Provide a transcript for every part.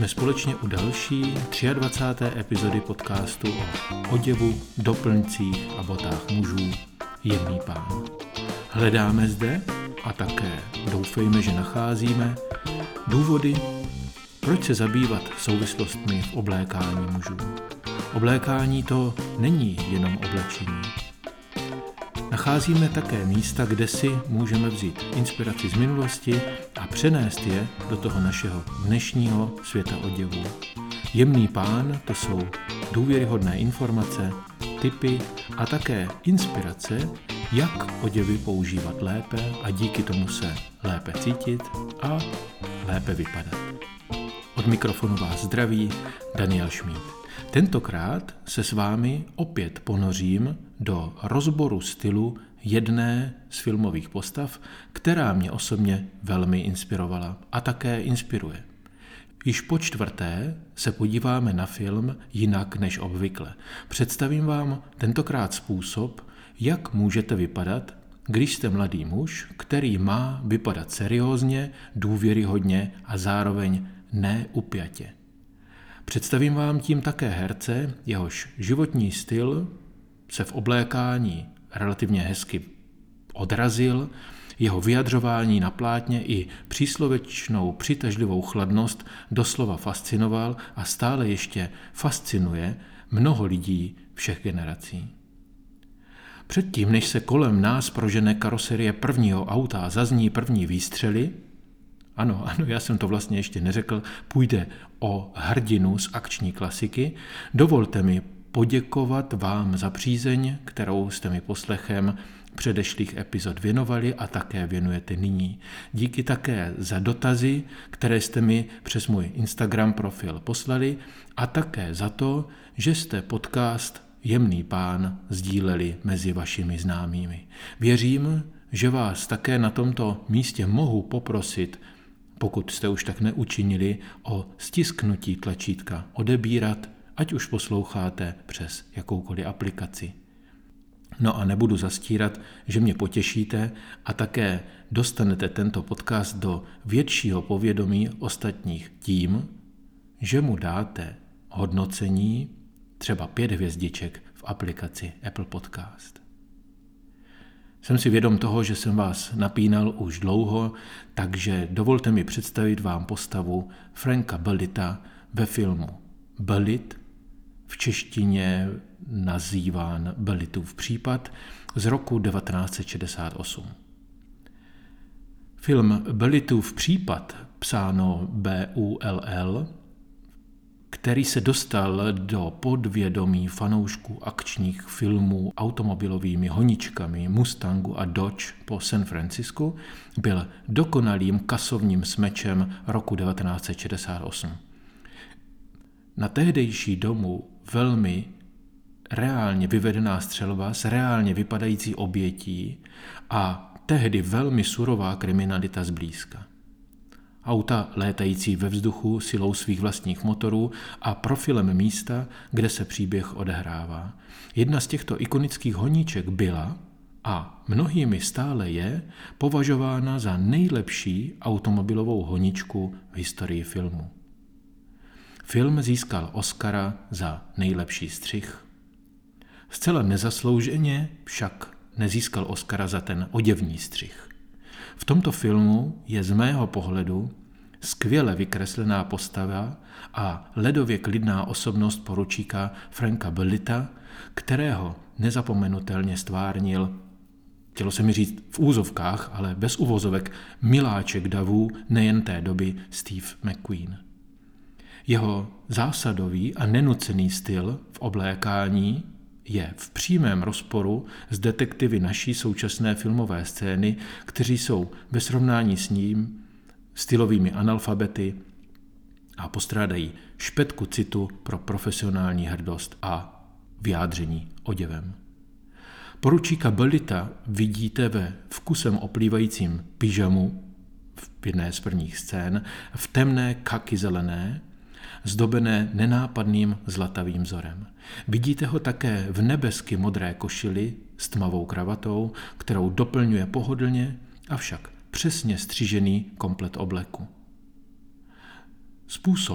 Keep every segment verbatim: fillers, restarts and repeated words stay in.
Jsme společně u další dvacáté třetí epizody podcastu o oděvu, doplňcích a botách mužů Jemný pán. Hledáme zde a také doufejme, že nacházíme důvody, proč se zabývat souvislostmi v oblékání mužů. Oblékání to není jenom oblečení. Nacházíme také místa, kde si můžeme vzít inspiraci z minulosti a přenést je do toho našeho dnešního světa oděvu. Jemný pán to jsou důvěryhodné informace, tipy a také inspirace, jak oděvy používat lépe a díky tomu se lépe cítit a lépe vypadat. Od mikrofonu vás zdraví Daniel Šmíd. Tentokrát se s vámi opět ponořím do rozboru stylu jedné z filmových postav, která mě osobně velmi inspirovala a také inspiruje. Již po čtvrté se podíváme na film jinak než obvykle. Představím vám tentokrát způsob, jak můžete vypadat, když jste mladý muž, který má vypadat seriózně, důvěryhodně a zároveň neupjatě. Představím vám tím také herce, jehož životní styl se v oblékání relativně hezky odrazil, jeho vyjadřování na plátně i příslovečnou přitažlivou chladnost doslova fascinoval a stále ještě fascinuje mnoho lidí všech generací. Předtím, než se kolem nás prožene karoserie prvního auta a zazní první výstřely, Ano, ano, já jsem to vlastně ještě neřekl, půjde o hrdinu z akční klasiky. Dovolte mi poděkovat vám za přízeň, kterou jste mi poslechem předešlých epizod věnovali a také věnujete nyní. Díky také za dotazy, které jste mi přes můj Instagram profil poslali a také za to, že jste podcast Jemný pán sdíleli mezi vašimi známými. Věřím, že vás také na tomto místě mohu poprosit, pokud jste už tak neučinili, o stisknutí tlačítka odebírat, ať už posloucháte přes jakoukoliv aplikaci. No a nebudu zastírat, že mě potěšíte a také dostanete tento podcast do většího povědomí ostatních tím, že mu dáte hodnocení třeba pět hvězdiček v aplikaci Apple Podcast. Jsem si vědom toho, že jsem vás napínal už dlouho, takže dovolte mi představit vám postavu Franka Bellita ve filmu Bellit, v češtině nazýván Bellitův případ, z roku devatenáct set šedesát osm. Film Bellitův případ, psáno B U L L, který se dostal do podvědomí fanoušků akčních filmů automobilovými honičkami Mustangu a Dodge po San Francisku, byl dokonalým kasovním smečem roku devatenáct set šedesát osm. Na tehdejší domu velmi reálně vyvedená střelba s reálně vypadající obětí a tehdy velmi surová kriminalita zblízka. Auta létající ve vzduchu silou svých vlastních motorů a profilem místa, kde se příběh odehrává. Jedna z těchto ikonických honíček byla a mnohými stále je považována za nejlepší automobilovou honičku v historii filmu. Film získal Oscara za nejlepší střih. Zcela nezaslouženě však nezískal Oscara za ten oděvní střih. V tomto filmu je z mého pohledu skvěle vykreslená postava a ledově klidná osobnost poručíka Franka Bellita, kterého nezapomenutelně stvárnil, chtělo se mi říct v úzovkách, ale bez uvozovek, miláček davů nejen té doby Steve McQueen. Jeho zásadový a nenucený styl v oblékání je v přímém rozporu s detektivy naší současné filmové scény, kteří jsou ve srovnání s ním stylovými analfabety a postrádají špetku citu pro profesionální hrdost a vyjádření oděvem. Poručíka Bellita vidíte ve vkusem oplývajícím pyžamu v jedné z prvních scén, v temné kaky zelené, zdobené nenápadným zlatavým vzorem. Vidíte ho také v nebesky modré košili s tmavou kravatou, kterou doplňuje pohodlně, avšak přesně střižený komplet obleku. Způsob,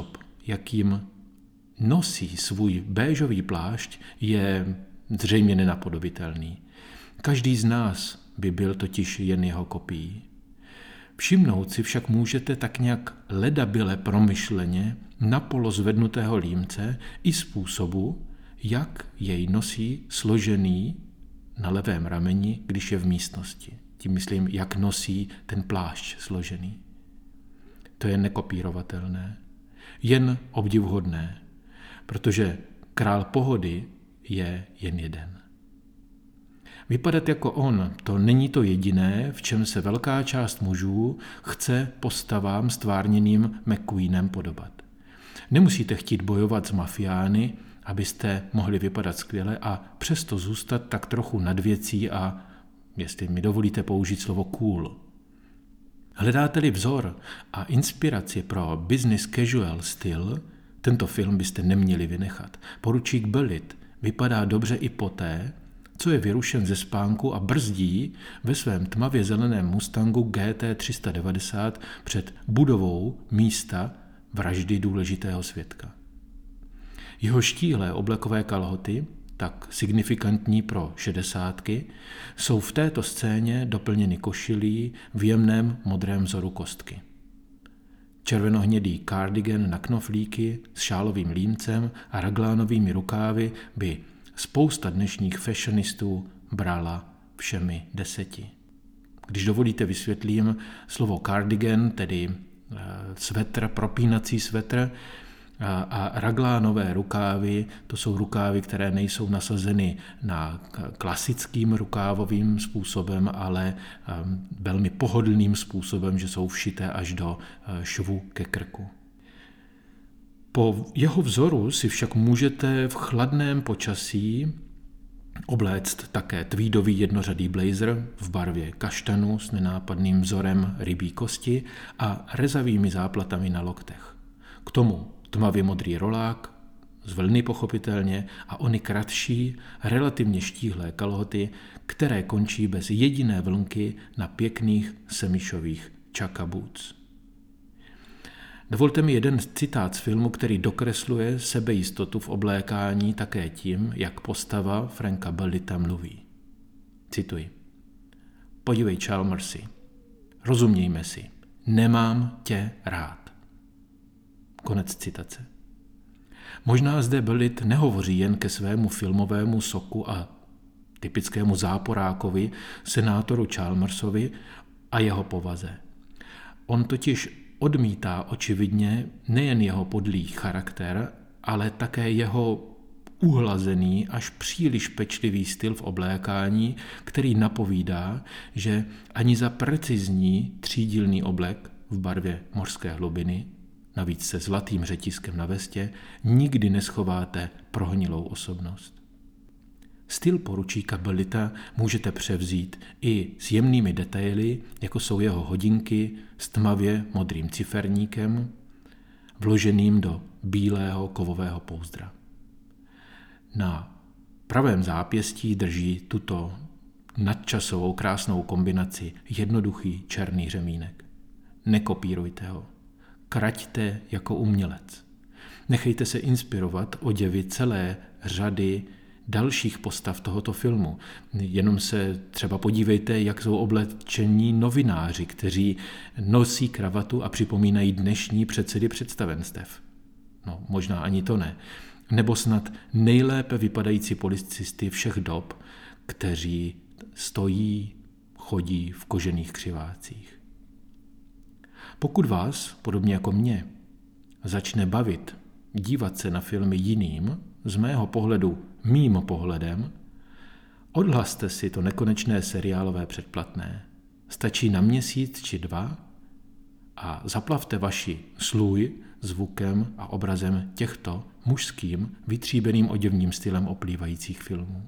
jakým nosí svůj béžový plášť, je zřejmě nenapodobitelný. Každý z nás by byl totiž jen jeho kopií. Všimnout si však můžete tak nějak ledabyle promyšleně napolo zvednutého límce i způsobu, jak jej nosí složený na levém rameni, když je v místnosti. Tím myslím, jak nosí ten plášť složený. To je nekopírovatelné, jen obdivuhodné, protože král pohody je jen jeden. Vypadat jako on, to není to jediné, v čem se velká část mužů chce postavám stvárněným McQueenem podobat. Nemusíte chtít bojovat s mafiány, abyste mohli vypadat skvěle a přesto zůstat tak trochu nad věcí a, jestli mi dovolíte použít slovo cool. Hledáte-li vzor a inspiraci pro business casual styl, tento film byste neměli vynechat. Poručík Belit vypadá dobře i poté, co je vyrušen ze spánku a brzdí ve svém tmavě zeleném Mustangu G T tři sta devadesát před budovou místa vraždy důležitého svědka. Jeho štíhlé oblekové kalhoty, tak signifikantní pro šedesátky, jsou v této scéně doplněny košilí v jemném modrém vzoru kostky. Červenohnědý cardigan na knoflíky s šálovým límcem a raglánovými rukávy by spousta dnešních fashionistů brala všemi deseti. Když dovolíte, vysvětlím slovo cardigan, tedy svetr, propínací svetr, a, a raglánové rukávy, to jsou rukávy, které nejsou nasazeny na klasickým rukávovým způsobem, ale um, velmi pohodlným způsobem, že jsou všité až do uh, švu ke krku. Po jeho vzoru si však můžete v chladném počasí obléct také tweedový jednořadý blazer v barvě kaštanu s nenápadným vzorem rybí kosti a rezavými záplatami na loktech. K tomu tmavě modrý rolák, z vlny pochopitelně, a ony kratší, relativně štíhlé kalhoty, které končí bez jediné vlnky na pěkných semišových chukka boots. Dovolte mi jeden citát z filmu, který dokresluje sebejistotu v oblékání také tím, jak postava Franka Bellita mluví. Cituji. Podívej, Chalmersi, rozumějme si, nemám tě rád. Konec citace. Možná zde Bellit nehovoří jen ke svému filmovému soku a typickému záporákovi, senátoru Chalmersovi a jeho povaze. On totiž odmítá očividně nejen jeho podlý charakter, ale také jeho uhlazený až příliš pečlivý styl v oblékání, který napovídá, že ani za precizní třídílný oblek v barvě mořské hlubiny, navíc se zlatým řetiskem na vestě, nikdy neschováte prohnilou osobnost. Styl poručíka Bellita můžete převzít i s jemnými detaily, jako jsou jeho hodinky s tmavě modrým ciferníkem, vloženým do bílého kovového pouzdra. Na pravém zápěstí drží tuto nadčasovou krásnou kombinaci jednoduchý černý řemínek. Nekopírujte ho. Kraťte jako umělec. Nechejte se inspirovat oděvy celé řady dalších postav tohoto filmu. Jenom se třeba podívejte, jak jsou oblečení novináři, kteří nosí kravatu a připomínají dnešní předsedy představenstev. No, možná ani to ne. Nebo snad nejlépe vypadající policisty všech dob, kteří stojí, chodí v kožených křivácích. Pokud vás, podobně jako mě, začne bavit dívat se na filmy jiným, z mého pohledu mým pohledem, odhlaste si to nekonečné seriálové předplatné. Stačí na měsíc či dva a zaplavte vaši slůj zvukem a obrazem těchto mužským, vytříbeným oděvním stylem oplývajících filmů.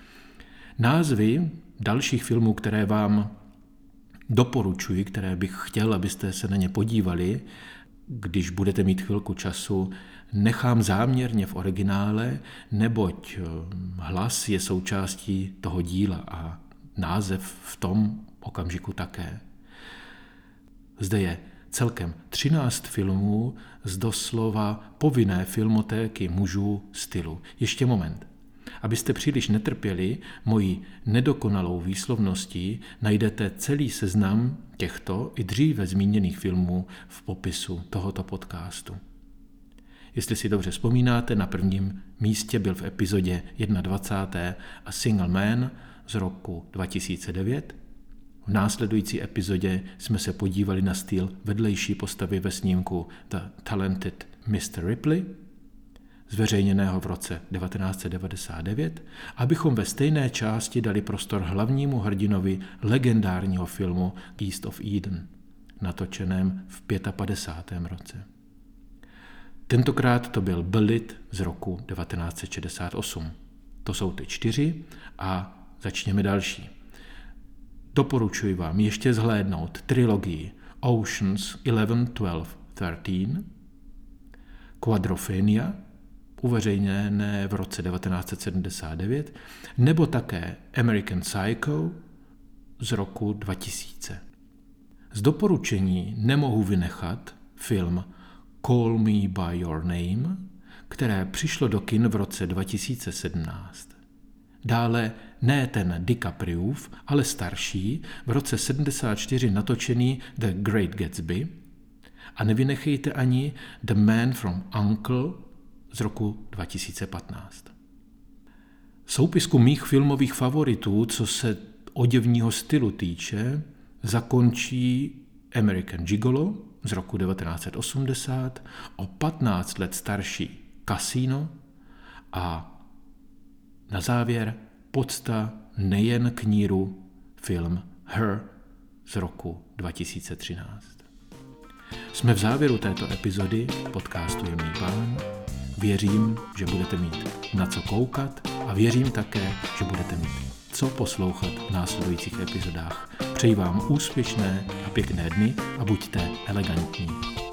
Názvy dalších filmů, které vám doporučuji, které bych chtěl, abyste se na ně podívali, když budete mít chvilku času, nechám záměrně v originále, neboť hlas je součástí toho díla a název v tom okamžiku také. Zde je celkem třináct filmů z doslova povinné filmotéky mužů stylu. Ještě moment. Abyste příliš netrpěli mojí nedokonalou výslovností, najdete celý seznam těchto i dříve zmíněných filmů v popisu tohoto podcastu. Jestli si dobře vzpomínáte, na prvním místě byl v epizodě dvacáté první A Single Man z roku dva tisíce devět. V následující epizodě jsme se podívali na styl vedlejší postavy ve snímku The Talented mister Ripley, zveřejněného v roce devatenáct set devadesát devět, abychom ve stejné části dali prostor hlavnímu hrdinovi legendárního filmu East of Eden, natočeném v padesátém pátém roce. Tentokrát to byl Bullitt z roku devatenáct set šedesát osm. To jsou ty čtyři a začněme další. Doporučuji vám ještě zhlédnout trilogii Oceans jedenáct, dvanáct, třináct, Quadrophenia, uveřejněné v roce devatenáct set sedmdesát devět, nebo také American Psycho z roku dva tisíce. Z doporučení nemohu vynechat film Call Me by Your Name, které přišlo do kin v roce dva tisíce sedmnáct. Dále ne ten DiCapriův, ale starší, v roce sedmdesát čtyři natočený The Great Gatsby, a nevynechejte ani The Man from U N C L E z roku dva tisíce patnáct. Soupisku mých filmových favoritů, co se oděvního stylu týče, zakončí American Gigolo z roku devatenáct set osmdesát, o patnáct let starší Casino a na závěr podsta nejen kníru film Her z roku dva tisíce třináct. Jsme v závěru této epizody podcastu Jemný pán. Věřím, že budete mít na co koukat a věřím také, že budete mít co poslouchat v následujících epizodách. Přeji vám úspěšné a pěkné dny a buďte elegantní.